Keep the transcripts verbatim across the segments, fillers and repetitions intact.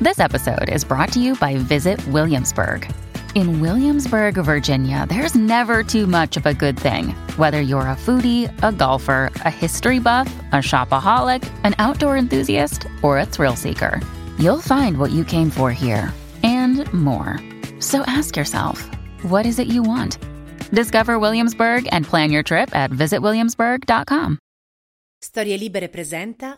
This episode is brought to you by Visit Williamsburg. In Williamsburg, Virginia, there's never too much of a good thing. Whether you're a foodie, a golfer, a history buff, a shopaholic, an outdoor enthusiast, or a thrill seeker, you'll find what you came for here and more. So ask yourself, what is it you want? Discover Williamsburg and plan your trip at visit williamsburg dot com. Storie Libere presenta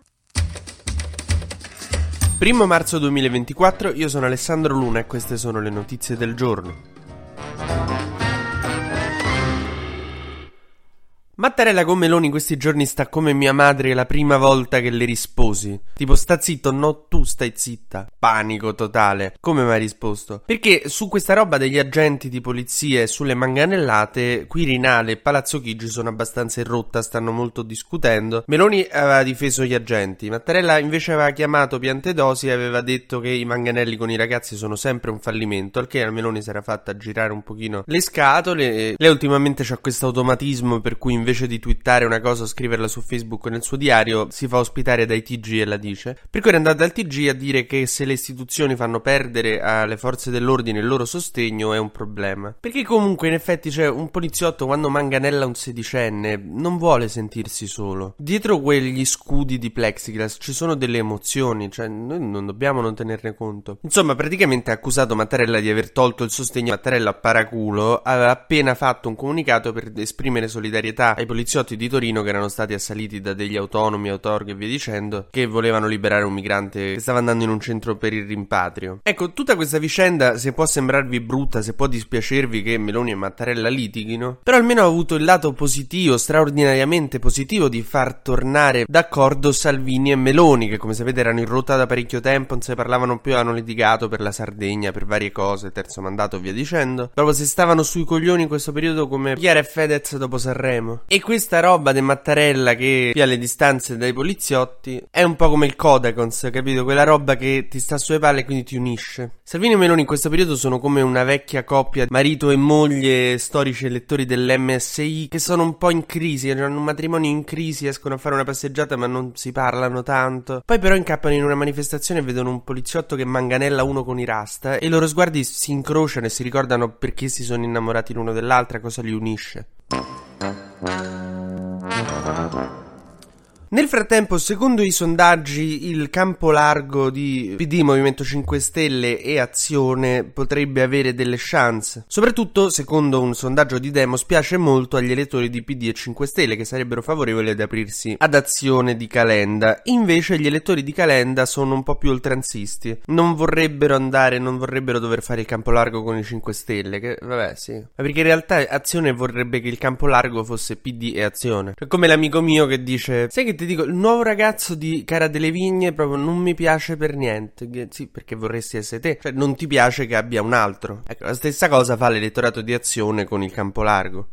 Primo marzo duemilaventiquattro, io sono Alessandro Luna e queste sono le notizie del giorno. Mattarella con Meloni in questi giorni sta come mia madre la prima volta che le risposi. Tipo, sta zitto, no, tu stai zitta. Panico totale. Come mi hai risposto? Perché su questa roba degli agenti di polizia e sulle manganellate, Quirinale e Palazzo Chigi sono abbastanza in rotta, stanno molto discutendo. Meloni aveva difeso gli agenti, Mattarella invece aveva chiamato Piantedosi e aveva detto che i manganelli con i ragazzi sono sempre un fallimento, al che a Meloni si era fatta girare un pochino le scatole. Lei ultimamente c'ha questo automatismo per cui invece di twittare una cosa o scriverla su Facebook nel suo diario, si fa ospitare dai T G e la dice. Per cui è andata al T G a dire che se le istituzioni fanno perdere alle forze dell'ordine il loro sostegno è un problema. Perché comunque in effetti c'è un poliziotto quando manganella un sedicenne non vuole sentirsi solo. Dietro quegli scudi di plexiglass ci sono delle emozioni, cioè noi non dobbiamo non tenerne conto. Insomma, praticamente ha accusato Mattarella di aver tolto il sostegno. Mattarella, paraculo, aveva appena fatto un comunicato per esprimere solidarietà ai poliziotti di Torino che erano stati assaliti da degli autonomi, autorghi e via dicendo, che volevano liberare un migrante che stava andando in un centro per il rimpatrio. Ecco, tutta questa vicenda, se può sembrarvi brutta, se può dispiacervi che Meloni e Mattarella litighino, però almeno ha avuto il lato positivo, straordinariamente positivo, di far tornare d'accordo Salvini e Meloni, che come sapete erano in rotta da parecchio tempo, non se ne parlavano più, hanno litigato per la Sardegna, per varie cose, terzo mandato e via dicendo. Proprio se stavano sui coglioni in questo periodo come Chiara e Fedez dopo Sanremo. E questa roba di Mattarella che via le distanze dai poliziotti è un po' come il Codacons, capito? Quella roba che ti sta sulle palle e quindi ti unisce. Salvini e Meloni in questo periodo sono come una vecchia coppia, marito e moglie, storici elettori dell'M S I, che sono un po' in crisi, hanno un matrimonio in crisi, escono a fare una passeggiata ma non si parlano tanto. Poi però incappano in una manifestazione e vedono un poliziotto che manganella uno con i rasta e i loro sguardi si incrociano e si ricordano perché si sono innamorati l'uno dell'altra, cosa li unisce. Nel frattempo, secondo i sondaggi, il campo largo di P D, Movimento cinque Stelle e Azione potrebbe avere delle chance. Soprattutto, secondo un sondaggio di Demos, piace molto agli elettori di P D e cinque Stelle, che sarebbero favorevoli ad aprirsi ad Azione di Calenda. Invece gli elettori di Calenda sono un po' più oltranzisti. Non vorrebbero andare, non vorrebbero dover fare il campo largo con i cinque Stelle, che vabbè sì. Ma perché in realtà Azione vorrebbe che il campo largo fosse P D e Azione. Cioè, come l'amico mio che dice, sai che ti dico, il nuovo ragazzo di Cara delle Vigne proprio non mi piace per niente. Sì, perché vorresti essere te. Cioè, non ti piace che abbia un altro. Ecco, la stessa cosa fa l'elettorato di Azione con il campo largo.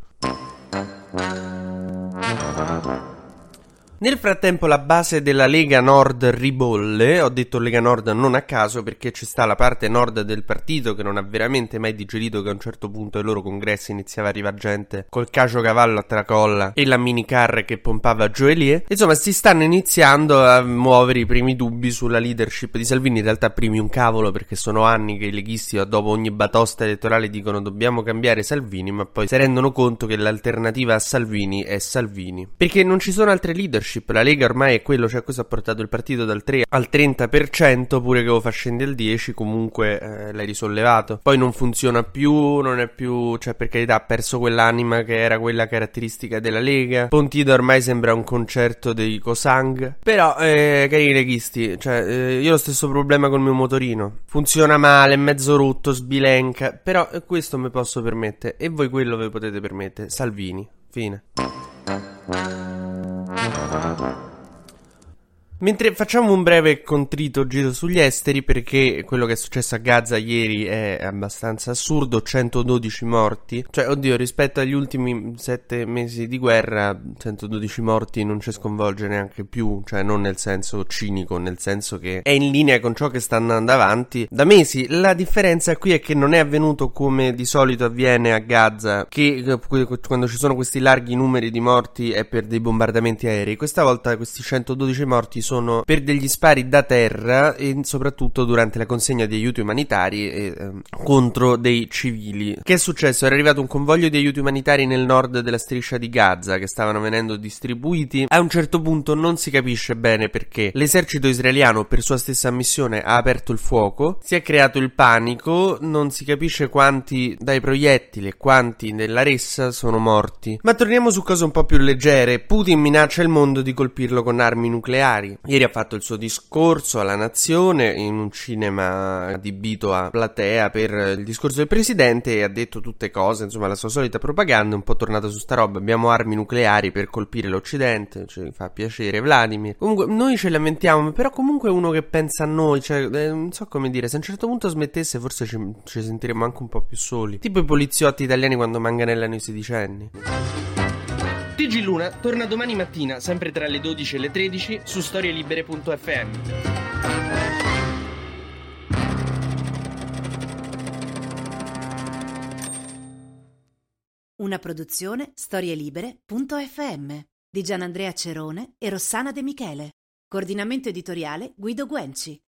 Nel frattempo la base della Lega Nord ribolle. Ho detto Lega Nord non a caso perché ci sta la parte nord del partito che non ha veramente mai digerito che a un certo punto ai loro congressi iniziava a arrivare gente col caciocavallo a tracolla e la minicar che pompava Joelie. Insomma, si stanno iniziando a muovere i primi dubbi sulla leadership di Salvini. In realtà primi un cavolo, perché sono anni che i leghisti dopo ogni batosta elettorale dicono dobbiamo cambiare Salvini, ma poi si rendono conto che l'alternativa a Salvini è Salvini, perché non ci sono altre leadership. La Lega ormai è quello, cioè questo ha portato il partito dal tre al trenta per cento, pure che lo fa scendere al dieci, comunque eh, l'hai risollevato. Poi non funziona più, non è più, cioè per carità ha perso quell'anima che era quella caratteristica della Lega. Pontida ormai sembra un concerto dei Cosang. Però, eh, cari leghisti, cioè eh, io ho lo stesso problema col mio motorino. Funziona male, mezzo rotto, sbilenca, però eh, questo mi posso permettere e voi quello ve potete permettere. Salvini, fine. Mentre facciamo un breve e contrito giro sugli esteri, perché quello che è successo a Gaza ieri è abbastanza assurdo, centododici morti, cioè oddio, rispetto agli ultimi sette mesi di guerra centododici morti non ci sconvolge neanche più, cioè non nel senso cinico, nel senso che è in linea con ciò che sta andando avanti da mesi. La differenza qui è che non è avvenuto come di solito avviene a Gaza, che quando ci sono questi larghi numeri di morti è per dei bombardamenti aerei. Questa volta questi centododici morti sono sono per degli spari da terra e soprattutto durante la consegna di aiuti umanitari e, eh, contro dei civili. Che è successo? Era arrivato un convoglio di aiuti umanitari nel nord della striscia di Gaza che stavano venendo distribuiti. A un certo punto non si capisce bene perché l'esercito israeliano, per sua stessa ammissione, ha aperto il fuoco, si è creato il panico, non si capisce quanti dai proiettili e quanti nella ressa sono morti. Ma torniamo su cose un po' più leggere. Putin minaccia il mondo di colpirlo con armi nucleari. Ieri ha fatto il suo discorso alla nazione in un cinema adibito a platea per il discorso del presidente e ha detto tutte cose, insomma la sua solita propaganda, un po' tornata su sta roba. Abbiamo armi nucleari per colpire l'Occidente, ci fa piacere Vladimir. Comunque noi ce lamentiamo, però comunque è uno che pensa a noi, cioè eh, non so come dire, se a un certo punto smettesse forse ci, ci sentiremmo anche un po' più soli, tipo i poliziotti italiani quando manganellano i sedicenni. T G Luna torna domani mattina, sempre tra le dodici e le tredici, su storielibere punto effe emme. Una produzione storielibere punto effe emme di Gianandrea Cerone e Rossana De Michele. Coordinamento editoriale Guido Guenci.